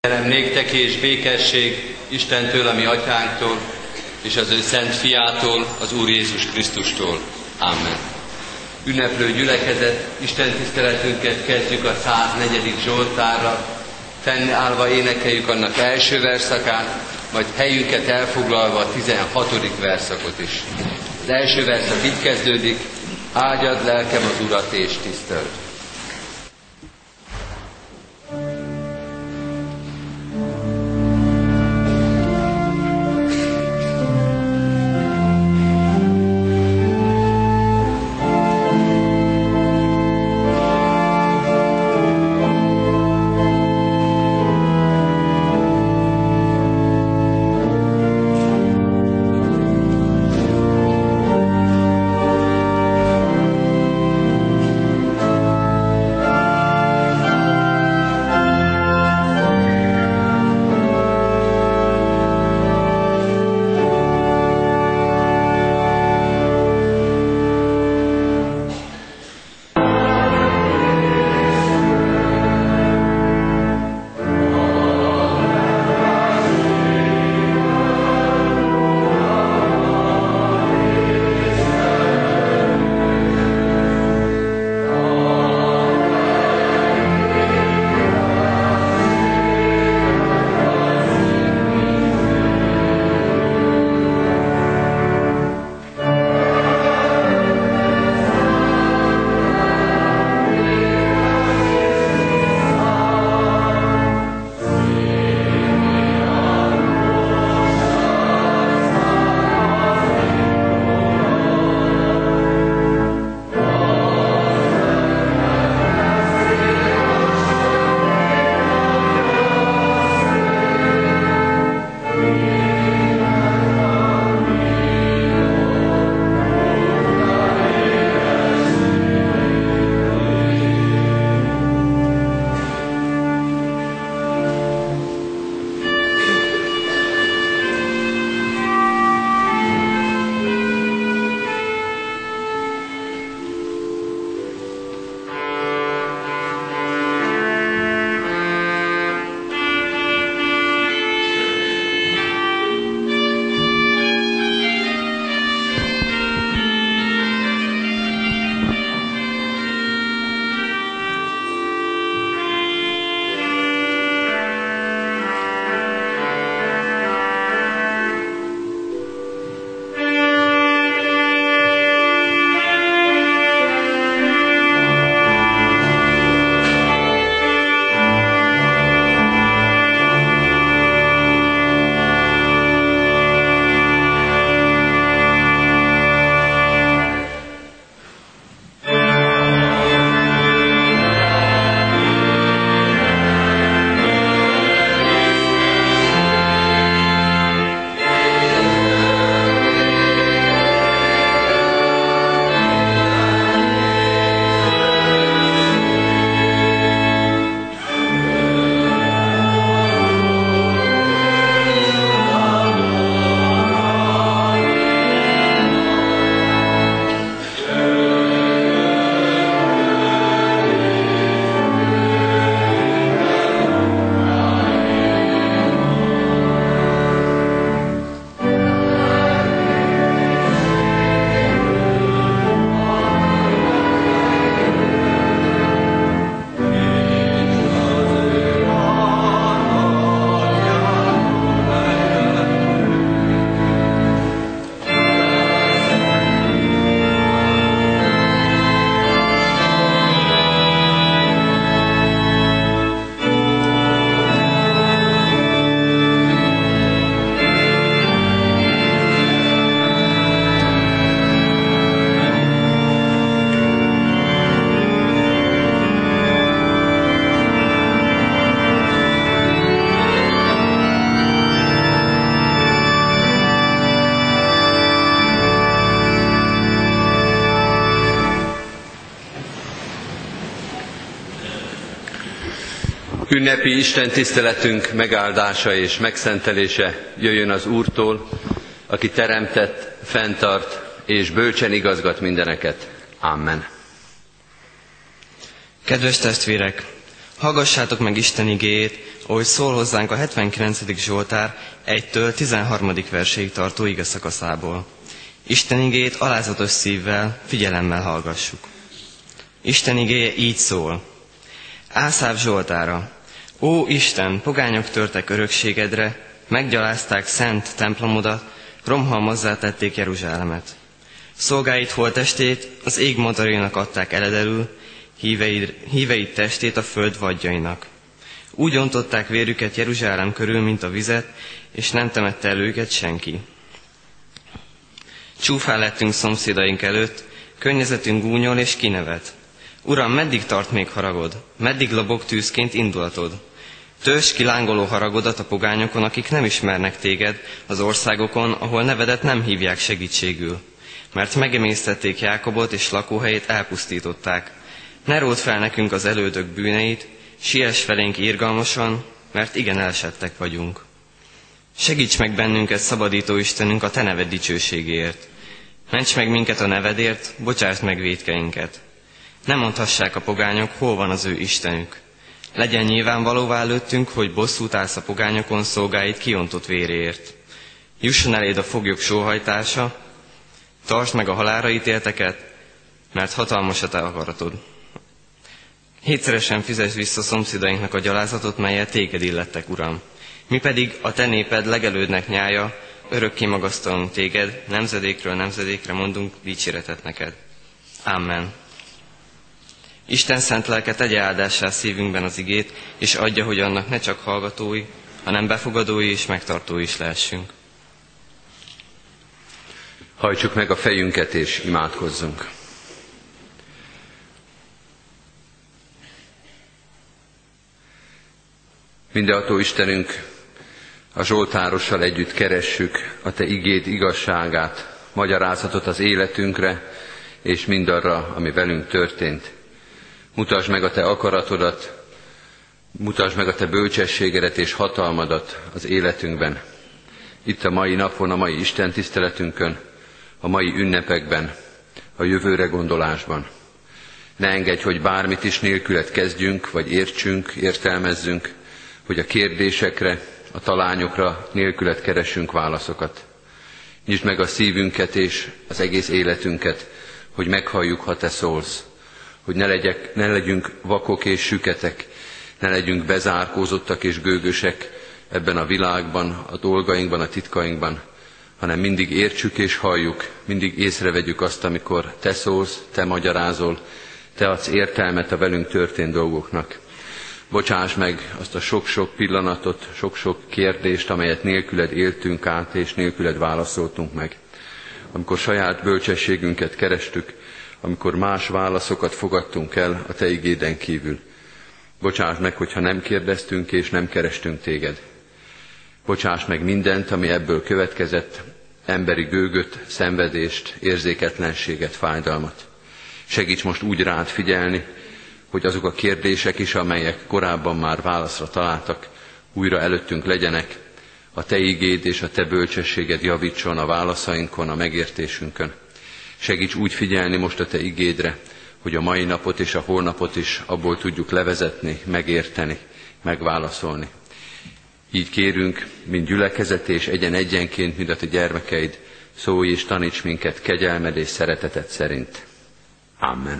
Kérem néktek és békesség Istentől, a mi atyánktól, és az ő szent fiától, az Úr Jézus Krisztustól. Amen. Ünneplő gyülekezet, Isten tiszteletünket kezdjük a 104. Zsoltárra. Fennállva énekeljük annak első verszakát, majd helyünket elfoglalva a 16. verszakot is. Az első verszak így kezdődik: áldjad lelkem az Urat és tiszteld. Ünnepi Isten tiszteletünk megáldása és megszentelése jöjjön az Úrtól, aki teremtett, fenntart és bölcsen igazgat mindeneket. Amen. Kedves testvérek, hallgassátok meg Isten igéjét, ahogy szól hozzánk a 79. Zsoltár 1-től 13. verséig tartó igeszakaszából. Isten igéjét alázatos szívvel, figyelemmel hallgassuk. Isten igéje így szól. Ászáf zsoltára. Ó Isten, pogányok törtek örökségedre, meggyalázták szent templomodat, romhalmazzá tették Jeruzsálemet. Szolgáid holttestét az ég madarinak adták eledelül, híveid testét a föld vadjainak. Úgy ontották vérüket Jeruzsálem körül, mint a vizet, és nem temette el őket senki. Csúfá lettünk szomszédaink előtt, környezetünk gúnyol és kinevet. Uram, meddig tart még haragod? Meddig lobog tűzként indulatod? Törzs ki lángoló haragodat a pogányokon, akik nem ismernek téged, az országokon, ahol nevedet nem hívják segítségül. Mert megemésztették Jákobot és lakóhelyét elpusztították. Ne ródd fel nekünk az elődök bűneit, siess felénk irgalmasan, mert igen elsettek vagyunk. Segíts meg bennünket, szabadító Istenünk, a te neved dicsőségéért. Ments meg minket a nevedért, bocsásd meg vétkeinket. Ne mondhassák a pogányok, hol van az ő Istenük. Legyen nyilvánvalóvá előttünk, hogy bosszút állsz a pogányokon szolgáid kiontott véréért. Jusson eléd a foglyok sóhajtása, tartsd meg a halálra ítélteket, mert hatalmas a te akaratod. Hétszeresen fizess vissza szomszédainknak a gyalázatot, melyet téged illettek, Uram. Mi pedig a te néped legelődnek nyája, örökké magasztalunk téged, nemzedékről nemzedékre mondunk dicséretet neked. Amen. Isten szent lelke tegye áldássá szívünkben az igét, és adja, hogy annak ne csak hallgatói, hanem befogadói és megtartói is lehessünk. Hajtsuk meg a fejünket és imádkozzunk. Mindenható Istenünk, a zsoltárossal együtt keressük a te igéd igazságát, magyarázatot az életünkre és mindarra, ami velünk történt. Mutasd meg a te akaratodat, mutasd meg a te bölcsességedet és hatalmadat az életünkben. Itt a mai napon, a mai Isten tiszteletünkön, a mai ünnepekben, a jövőre gondolásban. Ne engedj, hogy bármit is nélküled kezdjünk, vagy értsünk, értelmezzünk, hogy a kérdésekre, a talányokra nélküled keressünk válaszokat. Nyisd meg a szívünket és az egész életünket, hogy meghalljuk, ha te szólsz. Hogy ne legyünk vakok és süketek, ne legyünk bezárkózottak és gőgösek ebben a világban, a dolgainkban, a titkainkban, hanem mindig értsük és halljuk, mindig észrevegyük azt, amikor te szólsz, te magyarázol, te adsz értelmet a velünk történt dolgoknak. Bocsáss meg azt a sok-sok pillanatot, sok-sok kérdést, amelyet nélküled éltünk át, és nélküled válaszoltunk meg. Amikor saját bölcsességünket kerestük, amikor más válaszokat fogadtunk el a te igéden kívül. Bocsáss meg, hogyha nem kérdeztünk és nem kerestünk téged. Bocsáss meg mindent, ami ebből következett, emberi gőgöt, szenvedést, érzéketlenséget, fájdalmat. Segíts most úgy rád figyelni, hogy azok a kérdések is, amelyek korábban már válaszra találtak, újra előttünk legyenek, a te igéd és a te bölcsességed javítson a válaszainkon, a megértésünkön. Segíts úgy figyelni most a te igédre, hogy a mai napot és a holnapot is abból tudjuk levezetni, megérteni, megválaszolni. Így kérünk, mind gyülekezet és egyenként, mind a te gyermekeid, szólj és taníts minket kegyelmed és szereteted szerint. Amen.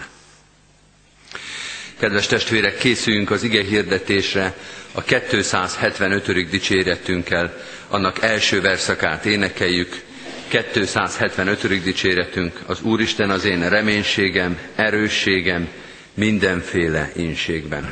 Kedves testvérek, készüljünk az ige hirdetésre a 275. dicséretünkkel, annak első verszakát énekeljük. 275. dicséretünk, az Úristen az én reménységem, erősségem mindenféle ínségben.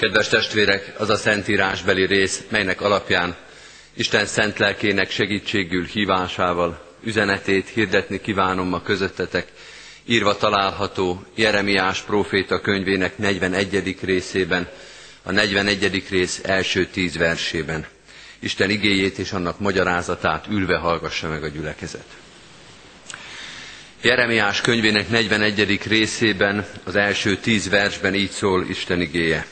Kedves testvérek, az a szentírásbeli rész, melynek alapján Isten szent lelkének segítségül hívásával üzenetét hirdetni kívánom ma közöttetek, írva található Jeremiás próféta könyvének 41. részében, a 41. rész első 10 versében. Isten igéjét és annak magyarázatát ülve hallgassa meg a gyülekezet. Jeremiás könyvének 41. részében, az első 10 versben így szól Isten igéje.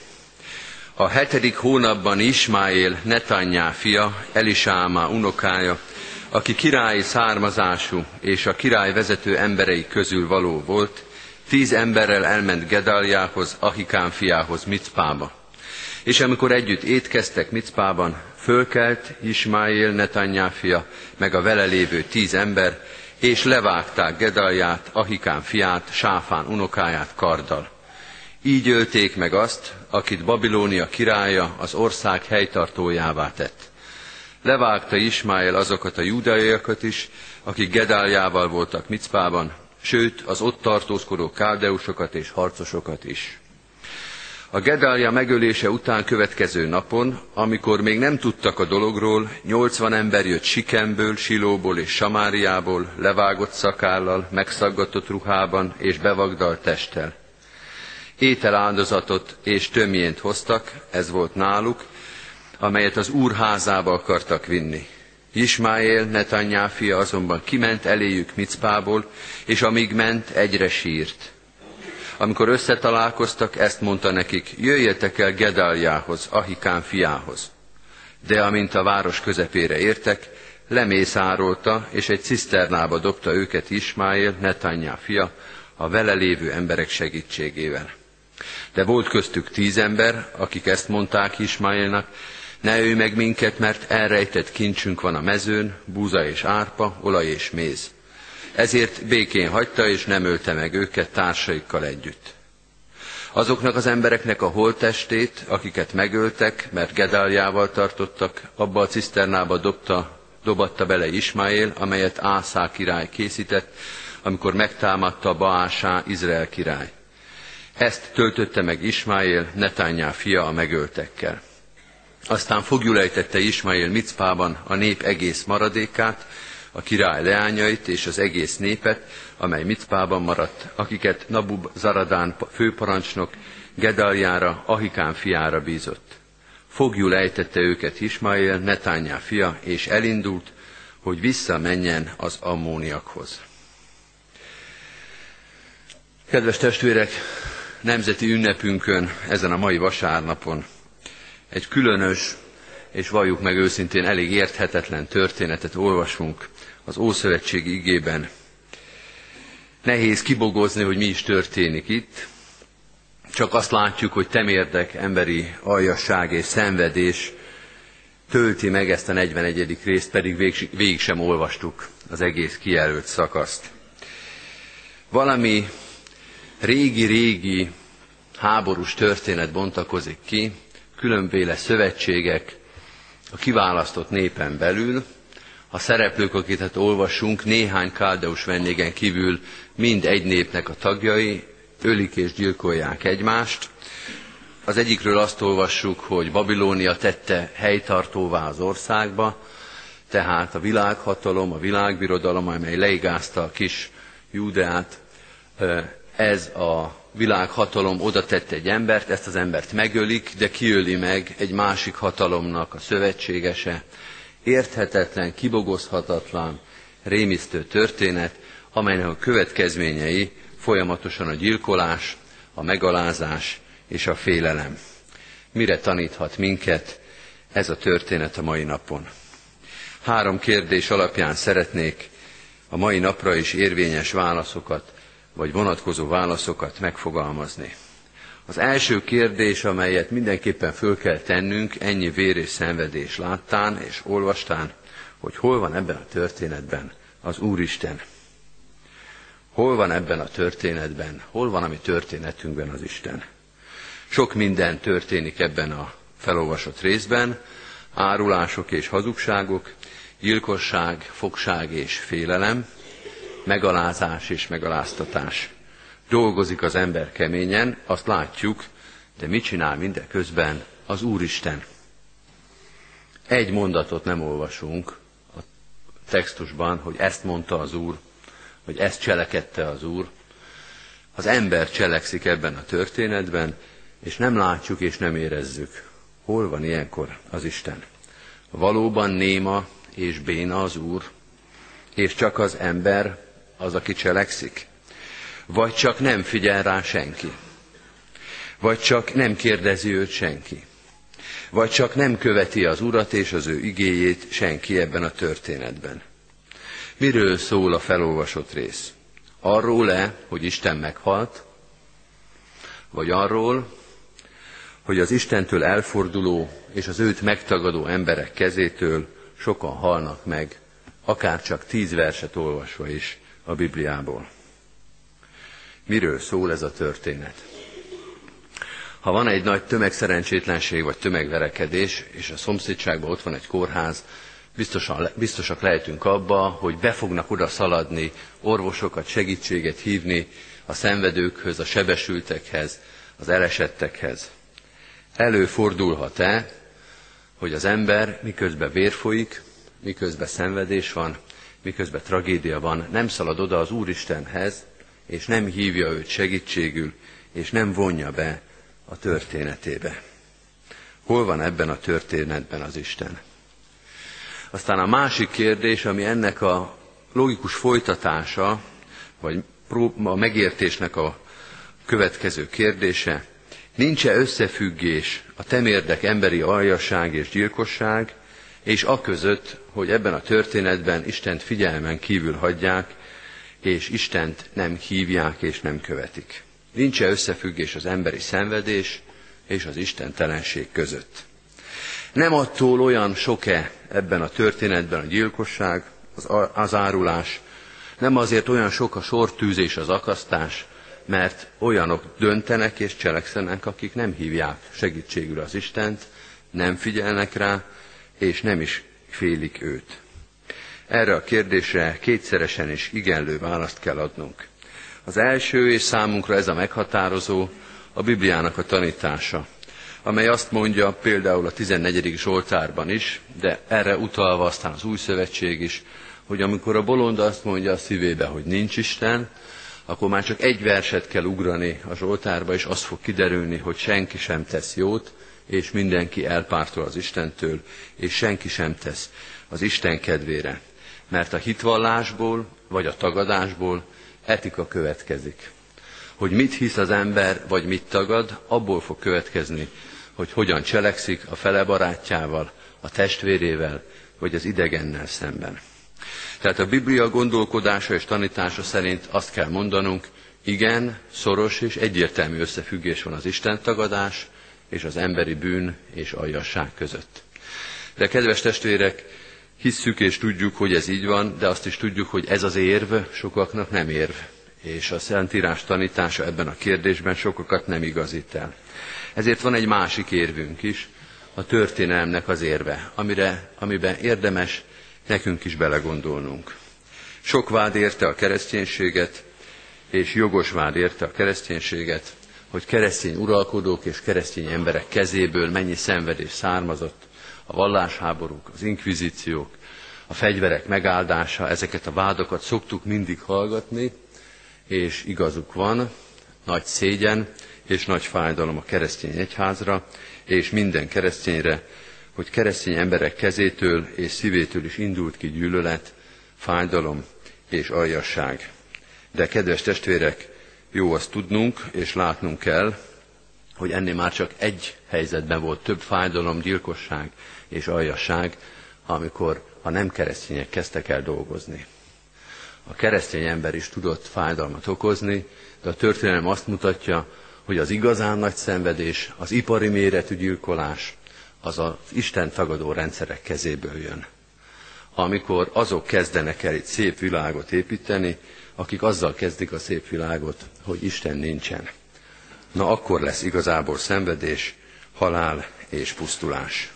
A 7. hónapban Ismáél, Netanyá fia, Elisáma unokája, aki királyi származású és a király vezető emberei közül való volt, 10 emberrel elment Gedaljához, Ahikám fiához Micpába. És amikor együtt étkeztek Micpában, fölkelt Ismáél, Netanyá fia, meg a vele lévő 10 ember, és levágták Gedalját, Ahikám fiát, Sáfán unokáját karddal. Így ölték meg azt, akit Babilónia királya az ország helytartójává tett. Levágta Ismáél azokat a júdeaiakat is, akik Gedaljával voltak Micpában, sőt az ott tartózkodó káldeusokat és harcosokat is. A Gedalja megölése után következő napon, amikor még nem tudtak a dologról, 80 ember jött Sikemből, Silóból és Samáriából, levágott szakállal, megszaggatott ruhában és bevagdalt testtel. Ételáldozatot és tömjént hoztak, ez volt náluk, amelyet az Úr házába akartak vinni. Ismáél, Netanyá fia azonban kiment eléjük Micpából, és amíg ment, egyre sírt. Amikor összetalálkoztak, ezt mondta nekik, jöjjetek el Gedaljához, Ahikám fiához. De amint a város közepére értek, lemészárolta, és egy ciszternába dobta őket Ismáél, Netanyá fia, a vele lévő emberek segítségével. De volt köztük 10 ember, akik ezt mondták Ismáélnak, ne ölj meg minket, mert elrejtett kincsünk van a mezőn, búza és árpa, olaj és méz. Ezért békén hagyta, és nem ölte meg őket társaikkal együtt. Azoknak az embereknek a holttestét, akiket megöltek, mert Gedaljával tartottak, abba a ciszternába dobatta bele Ismáél, amelyet Ászá király készített, amikor megtámadta Baásá, Izrael király. Ezt töltötte meg Ismáél, Netanyá fia a megöltekkel. Aztán foglyul ejtette Ismáél Micpában a nép egész maradékát, a király leányait és az egész népet, amely Micpában maradt, akiket Nabub Zaradán főparancsnok Gedaljára, Ahikám fiára bízott. Foglyul ejtette őket Ismáél, Netanyá fia, és elindult, hogy visszamenjen az ammóniakhoz. Kedves testvérek, nemzeti ünnepünkön, ezen a mai vasárnapon egy különös, és valljuk meg őszintén elég érthetetlen történetet olvasunk az Ószövetségi igében. Nehéz kibogozni, hogy mi is történik itt, csak azt látjuk, hogy temérdek, emberi aljasság és szenvedés tölti meg ezt a 41. részt, pedig végig sem olvastuk az egész kijelölt szakaszt. Valami régi-régi háborús történet bontakozik ki, különféle szövetségek a kiválasztott népen belül. A szereplők, akiket olvasunk, néhány káldeus vendégen kívül mind egy népnek a tagjai, ölik és gyilkolják egymást. Az egyikről azt olvassuk, hogy Babilónia tette helytartóvá az országba, tehát a világhatalom, a világbirodalom, amely leigázta a kis Júdeát, ez a világhatalom oda tett egy embert, ezt az embert megölik, de kiöli meg egy másik hatalomnak a szövetségese. Érthetetlen, kibogozhatatlan, rémisztő történet, amelynek a következményei folyamatosan a gyilkolás, a megalázás és a félelem. Mire taníthat minket ez a történet a mai napon? 3 kérdés alapján szeretnék a mai napra is érvényes válaszokat, vagy vonatkozó válaszokat megfogalmazni. Az első kérdés, amelyet mindenképpen föl kell tennünk ennyi vér és szenvedés láttán és olvastán, hogy hol van ebben a történetben az Úristen. Hol van ebben a történetben, hol van a mi történetünkben az Isten? Sok minden történik ebben a felolvasott részben, árulások és hazugságok, gyilkosság, fogság és félelem, megalázás és megaláztatás. Dolgozik az ember keményen, azt látjuk, De mit csinál mindeközben az Úristen? Egy mondatot nem olvasunk a textusban, hogy ezt mondta az Úr, hogy ezt cselekedte az Úr. Az ember cselekszik ebben a történetben, és nem látjuk és nem érezzük. Hol van ilyenkor az Isten? Valóban néma és béna az Úr, és csak az ember az, aki cselekszik? Vagy csak nem figyel rá senki? Vagy csak nem kérdezi őt senki? Vagy csak nem követi az Urat és az ő igéjét senki ebben a történetben? Miről szól a felolvasott rész? Arról-e, hogy Isten meghalt? Vagy arról, hogy az Istentől elforduló és az őt megtagadó emberek kezétől sokan halnak meg, akár csak 10 verset olvasva is a Bibliából? Miről szól ez a történet? Ha van egy nagy tömegszerencsétlenség vagy tömegverekedés, és a szomszédságban ott van egy kórház, biztosak lehetünk abba, hogy be fognak oda szaladni orvosokat, segítséget hívni a szenvedőkhöz, a sebesültekhez, az elesettekhez. Előfordulhat-e, hogy az ember miközben vér folyik, miközben szenvedés van, miközben tragédia van, nem szalad oda az Úristenhez, és nem hívja őt segítségül, és nem vonja be a történetébe? Hol van ebben a történetben az Isten? Aztán a másik kérdés, ami ennek a logikus folytatása, vagy a megértésnek a következő kérdése, nincs-e összefüggés a temérdek emberi aljasság és gyilkosság, és aközött, hogy ebben a történetben Istent figyelmen kívül hagyják, és Istent nem hívják és nem követik? Nincs-e összefüggés az emberi szenvedés és az istentelenség között? Nem attól olyan sok-e ebben a történetben a gyilkosság, az árulás, nem azért olyan sok a sortűzés, az akasztás, mert olyanok döntenek és cselekszenek, akik nem hívják segítségül az Istent, nem figyelnek rá, és nem is félik őt. Erre a kérdésre kétszeresen is igenlő választ kell adnunk. Az első, és számunkra ez a meghatározó, a Bibliának a tanítása, amely azt mondja például a 14. Zsoltárban is, de erre utalva aztán az Új Szövetség is, hogy amikor a bolond azt mondja a szívébe, hogy nincs Isten, akkor már csak egy verset kell ugrani a Zsoltárba, és az fog kiderülni, hogy senki sem tesz jót, és mindenki elpártol az Istentől, és senki sem tesz az Isten kedvére. Mert a hitvallásból, vagy a tagadásból etika következik. Hogy mit hisz az ember, vagy mit tagad, abból fog következni, hogy hogyan cselekszik a fele barátjával, a testvérével, vagy az idegennel szemben. Tehát a Biblia gondolkodása és tanítása szerint azt kell mondanunk, igen, szoros és egyértelmű összefüggés van az istentagadás és az emberi bűn és aljasság között. De kedves testvérek, hisszük és tudjuk, hogy ez így van, de azt is tudjuk, hogy ez az érv sokaknak nem érv. És a Szentírás tanítása ebben a kérdésben sokakat nem igazít el. Ezért van egy másik érvünk is, a történelemnek az érve, amiben érdemes nekünk is belegondolnunk. Sok vád érte a kereszténységet, és jogos vád érte a kereszténységet, hogy keresztény uralkodók és keresztény emberek kezéből mennyi szenvedés származott, a vallásháborúk, az inkvizíciók, a fegyverek megáldása, ezeket a vádokat szoktuk mindig hallgatni, és igazuk van, nagy szégyen és nagy fájdalom a keresztény egyházra, és minden keresztényre, hogy keresztény emberek kezétől és szívétől is indult ki gyűlölet, fájdalom és aljasság. De kedves testvérek, jó azt tudnunk és látnunk kell, hogy ennél már csak egy helyzetben volt több fájdalom, gyilkosság és aljasság, amikor a nem keresztények kezdtek el dolgozni. A keresztény ember is tudott fájdalmat okozni, de a történelem azt mutatja, hogy az igazán nagy szenvedés, az ipari méretű gyilkolás, az az Isten tagadó rendszerek kezéből jön. Amikor azok kezdenek el egy szép világot építeni, akik azzal kezdik a szép világot, hogy Isten nincsen. Na akkor lesz igazából szenvedés, halál és pusztulás.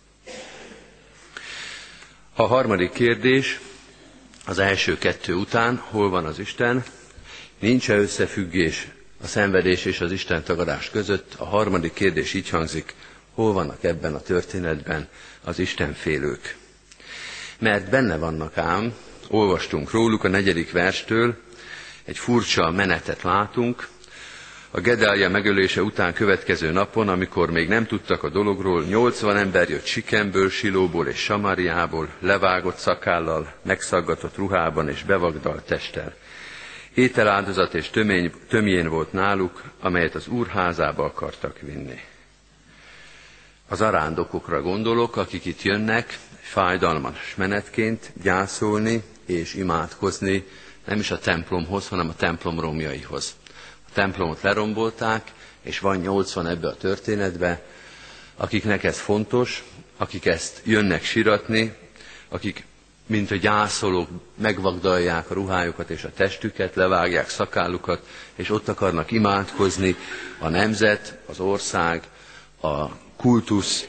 A harmadik kérdés, az első kettő után, hol van az Isten? Nincs-e összefüggés a szenvedés és az Isten tagadás között. A harmadik kérdés így hangzik: hol vannak ebben a történetben az istenfélők? Mert benne vannak ám, olvastunk róluk a 4. verstől, egy furcsa menetet látunk. A Gedálja megölése után következő napon, amikor még nem tudtak a dologról, 80 ember jött Sikemből, Silóból és Samariából, levágott szakállal, megszaggatott ruhában és bevagdalt testtel. Ételáldozat és tömjén volt náluk, amelyet az Úr házába akartak vinni. Az arándokokra gondolok, akik itt jönnek fájdalmas menetként gyászolni és imádkozni, nem is a templomhoz, hanem a templom romjaihoz. A templomot lerombolták, és van 80 ebbe a történetbe, akiknek ez fontos, akik ezt jönnek siratni, akik, mint a gyászolók, megvagdalják a ruhájukat és a testüket, levágják szakállukat, és ott akarnak imádkozni a nemzet, az ország, a kultusz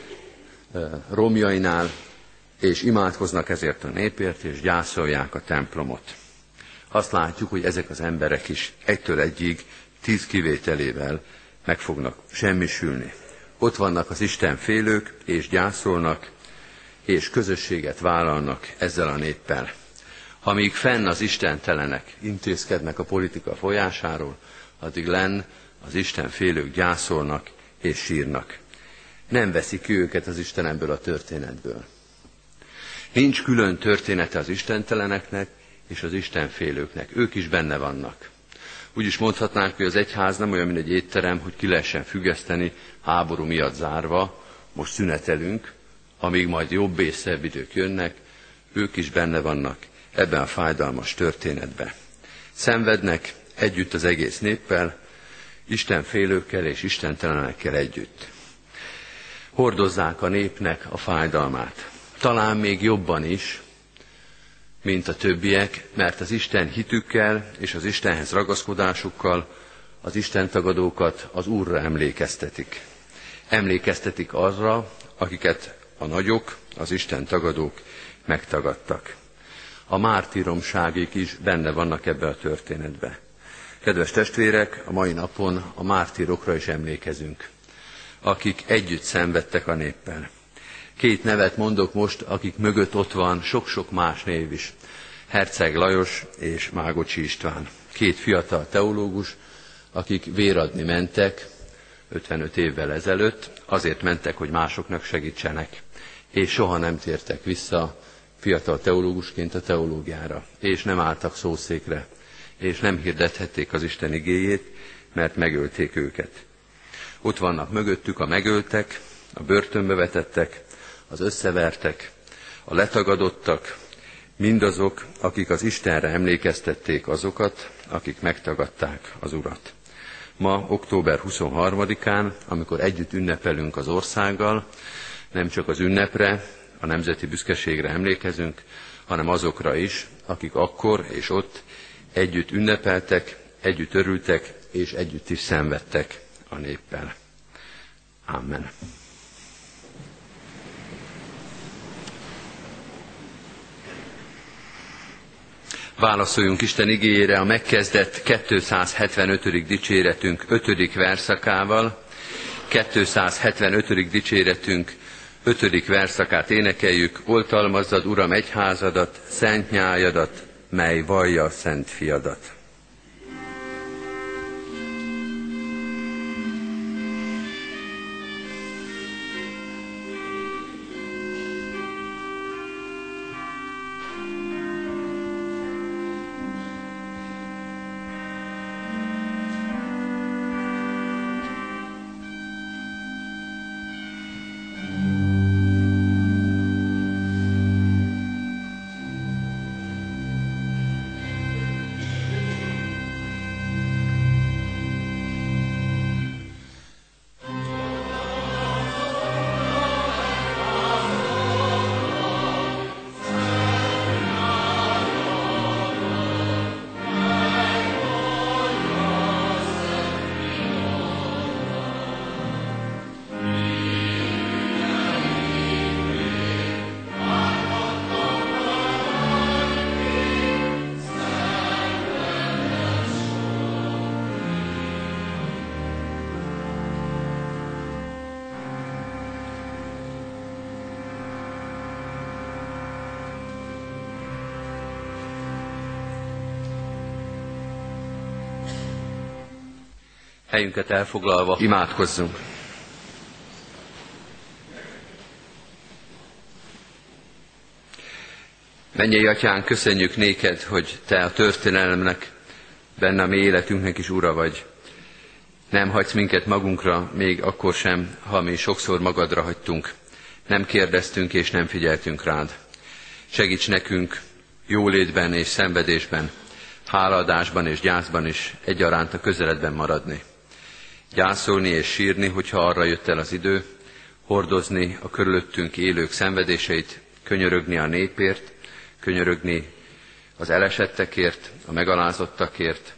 romjainál, és imádkoznak ezért a népért, és gyászolják a templomot. Azt látjuk, hogy ezek az emberek is egytől egyig, 10 kivételével meg fognak semmisülni. Ott vannak az istenfélők, és gyászolnak, és közösséget vállalnak ezzel a néppel. Amíg fenn az istentelenek intézkednek a politika folyásáról, addig lenn az istenfélők gyászolnak és sírnak. Nem veszi ki őket az Isten ebből a történetből. Nincs külön története az istenteleneknek és az istenfélőknek. Ők is benne vannak. Úgy is mondhatnánk, hogy az egyház nem olyan, mint egy étterem, hogy ki lehessen függeszteni, háború miatt zárva, most szünetelünk, amíg majd jobb és szebb idők jönnek, ők is benne vannak ebben a fájdalmas történetben. Szenvednek együtt az egész néppel, istenfélőkkel és istentelenekkel együtt. Hordozzák a népnek a fájdalmát. Talán még jobban is, mint a többiek, mert az Isten hitükkel és az Istenhez ragaszkodásukkal az Isten tagadókat az Úrra emlékeztetik. Emlékeztetik arra, akiket a nagyok, az Isten tagadók megtagadtak. A mártíromságig is benne vannak ebbe a történetbe. Kedves testvérek, a mai napon a mártírokra is emlékezünk, akik együtt szenvedtek a néppel. 2 nevet mondok most, akik mögött ott van sok-sok más név is. Herceg Lajos és Mágocsi István. 2 fiatal teológus, akik véradni mentek 55 évvel ezelőtt, azért mentek, hogy másoknak segítsenek, és soha nem tértek vissza fiatal teológusként a teológiára, és nem álltak szószékre, és nem hirdethették az Isten igéjét, mert megölték őket. Ott vannak mögöttük a megöltek, a börtönbe vetettek, az összevertek, a letagadottak, mindazok, akik az Istenre emlékeztették azokat, akik megtagadták az Urat. Ma, október 23-án, amikor együtt ünnepelünk az országgal, nem csak az ünnepre, a nemzeti büszkeségre emlékezünk, hanem azokra is, akik akkor és ott együtt ünnepeltek, együtt örültek és együtt is szenvedtek a néppel. Amen. Válaszoljunk Isten igéjére a megkezdett 275. dicséretünk 5. verszakával. 275. dicséretünk 5. verszakát énekeljük. Oltalmazzad, Uram, egyházadat, szent nyájadat, mely vallja a szent fiadat. Helyünket elfoglalva imádkozzunk. Mennyei Atyánk, köszönjük néked, hogy te a történelemnek, benne a mi életünknek is ura vagy. Nem hagysz minket magunkra, még akkor sem, ha mi sokszor magadra hagytunk. Nem kérdeztünk és nem figyeltünk rád. Segíts nekünk jólétben és szenvedésben, hálaadásban és gyászban is egyaránt a közeledben maradni. Gyászolni és sírni, hogyha arra jött el az idő, hordozni a körülöttünk élők szenvedéseit, könyörögni a népért, könyörögni az elesettekért, a megalázottakért,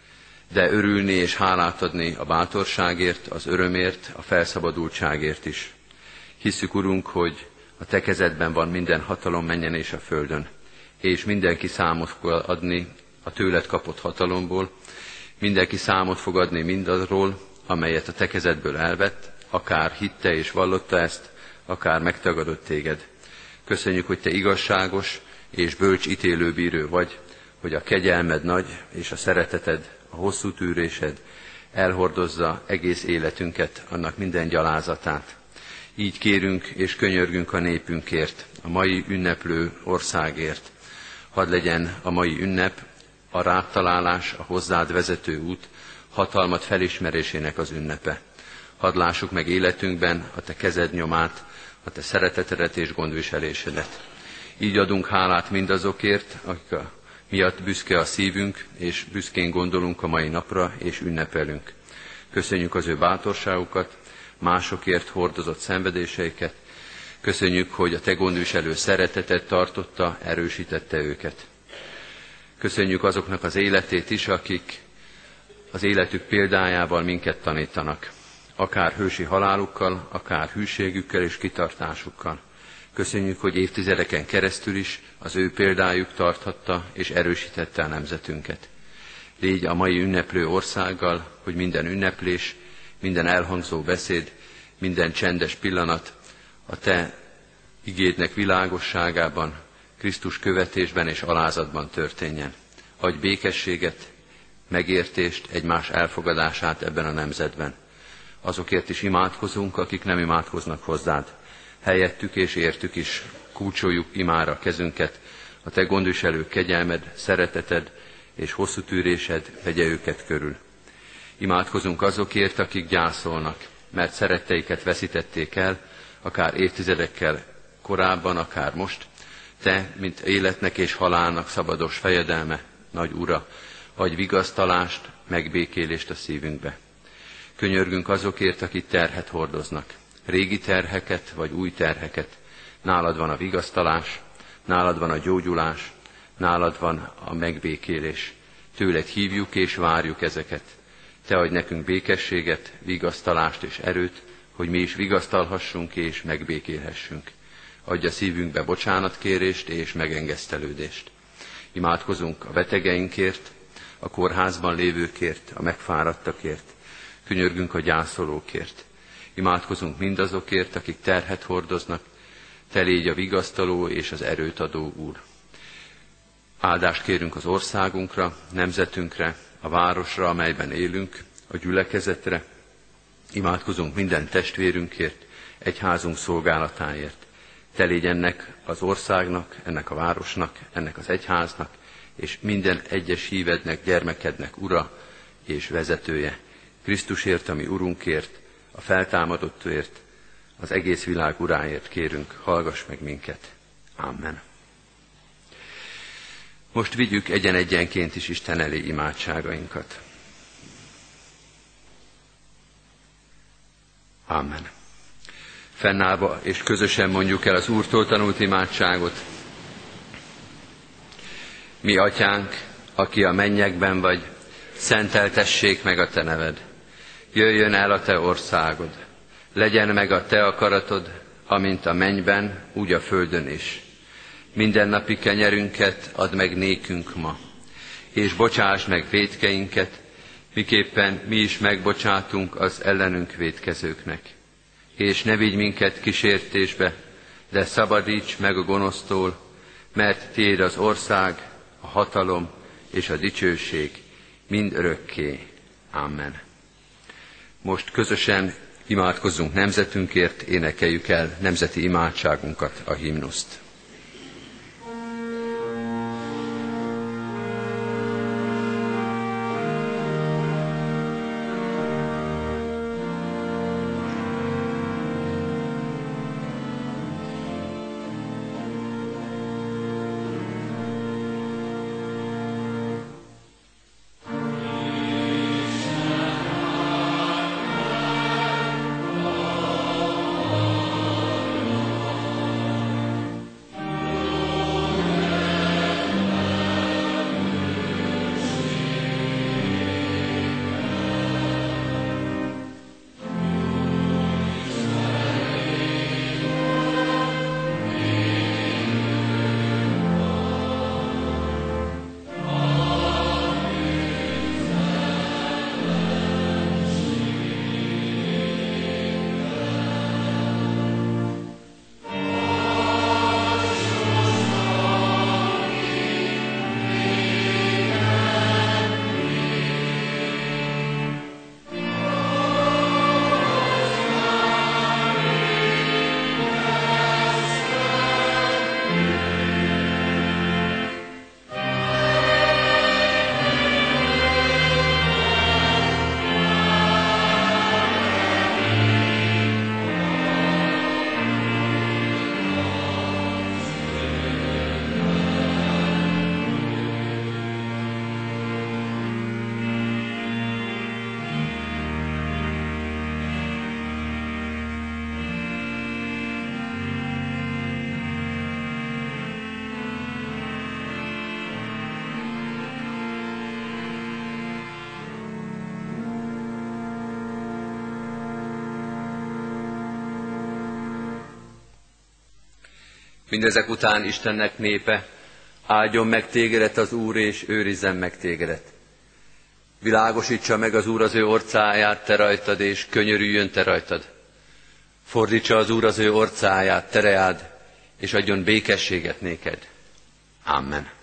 de örülni és hálát adni a bátorságért, az örömért, a felszabadultságért is. Hisszük, Urunk, hogy a te kezedben van minden hatalom mennyen és a földön, és mindenki számot fog adni a tőled kapott hatalomból, mindenki számot fog adni mindarról, amelyet a te kezedből elvett, akár hitte és vallotta ezt, akár megtagadott téged. Köszönjük, hogy te igazságos és bölcs ítélőbíró vagy, hogy a kegyelmed nagy, és a szereteted, a hosszú tűrésed elhordozza egész életünket, annak minden gyalázatát. Így kérünk és könyörgünk a népünkért, a mai ünneplő országért. Hadd legyen a mai ünnep a rád találás, a hozzád vezető út, hatalmat felismerésének az ünnepe. Hadd lássuk meg életünkben a te kezed nyomát, a te szeretetedet és gondviselésedet. Így adunk hálát mindazokért, akik miatt büszke a szívünk, és büszkén gondolunk a mai napra, és ünnepelünk. Köszönjük az ő bátorságukat, másokért hordozott szenvedéseiket. Köszönjük, hogy a te gondviselő szeretetet tartotta, erősítette őket. Köszönjük azoknak az életét is, akik az életük példájával minket tanítanak. Akár hősi halálukkal, akár hűségükkel és kitartásukkal. Köszönjük, hogy évtizedeken keresztül is az ő példájuk tarthatta és erősítette a nemzetünket. Légy a mai ünneplő országgal, hogy minden ünneplés, minden elhangzó beszéd, minden csendes pillanat a te igédnek világosságában, Krisztus követésben és alázatban történjen. Adj békességet, megértést, egymás elfogadását ebben a nemzetben. Azokért is imádkozunk, akik nem imádkoznak hozzád. Helyettük és értük is kulcsoljuk imára kezünket, a te gondviselő kegyelmed, szereteted és hosszú tűrésed vegye őket körül. Imádkozunk azokért, akik gyászolnak, mert szeretteiket veszítették el, akár évtizedekkel korábban, akár most. Te, mint életnek és halálnak szabados fejedelme, nagy Ura, adj vigasztalást, megbékélést a szívünkbe. Könyörgünk azokért, akik terhet hordoznak, régi terheket vagy új terheket. Nálad van a vigasztalás, nálad van a gyógyulás, nálad van a megbékélés. Tőled hívjuk és várjuk ezeket. Te adj nekünk békességet, vigasztalást és erőt, hogy mi is vigasztalhassunk és megbékélhessünk. Adj a szívünkbe bocsánatkérést és megengesztelődést. Imádkozunk a betegeinkért, a kórházban lévőkért, a megfáradtakért. Könyörgünk a gyászolókért. Imádkozunk mindazokért, akik terhet hordoznak. Te légy a vigasztaló és az erőt adó Úr. Áldást kérünk az országunkra, nemzetünkre, a városra, amelyben élünk, a gyülekezetre. Imádkozunk minden testvérünkért, egyházunk szolgálatáért. Te légy ennek az országnak, ennek a városnak, ennek az egyháznak, és minden egyes hívednek, gyermekednek Ura és vezetője. Krisztusért, ami Urunkért, a feltámadottért, az egész világ Uráért kérünk, hallgass meg minket. Amen. Most vigyük egyen-egyenként is Isten elé imádságainkat. Amen. Fennállva és közösen mondjuk el az Úrtól tanult imádságot. Mi atyánk, aki a mennyekben vagy, szenteltessék meg a te neved. Jöjjön el a te országod. Legyen meg a te akaratod, amint a mennyben, úgy a földön is. Mindennapi kenyerünket add meg nékünk ma, és bocsáss meg vétkeinket, miképpen mi is megbocsátunk az ellenünk vétkezőknek. És ne vigy minket kísértésbe, de szabadíts meg a gonosztól, mert tiéd az ország, a hatalom és a dicsőség mind örökké. Amen. Most közösen imádkozzunk nemzetünkért, énekeljük el nemzeti imádságunkat, a himnuszt. Mindezek után Istennek népe, áldjon meg tégedet az Úr, és őrizzen meg tégedet. Világosítsa meg az Úr az ő orcáját te rajtad, és könyörüljön te rajtad. Fordítsa az Úr az ő orcáját te reád, és adjon békességet néked. Amen.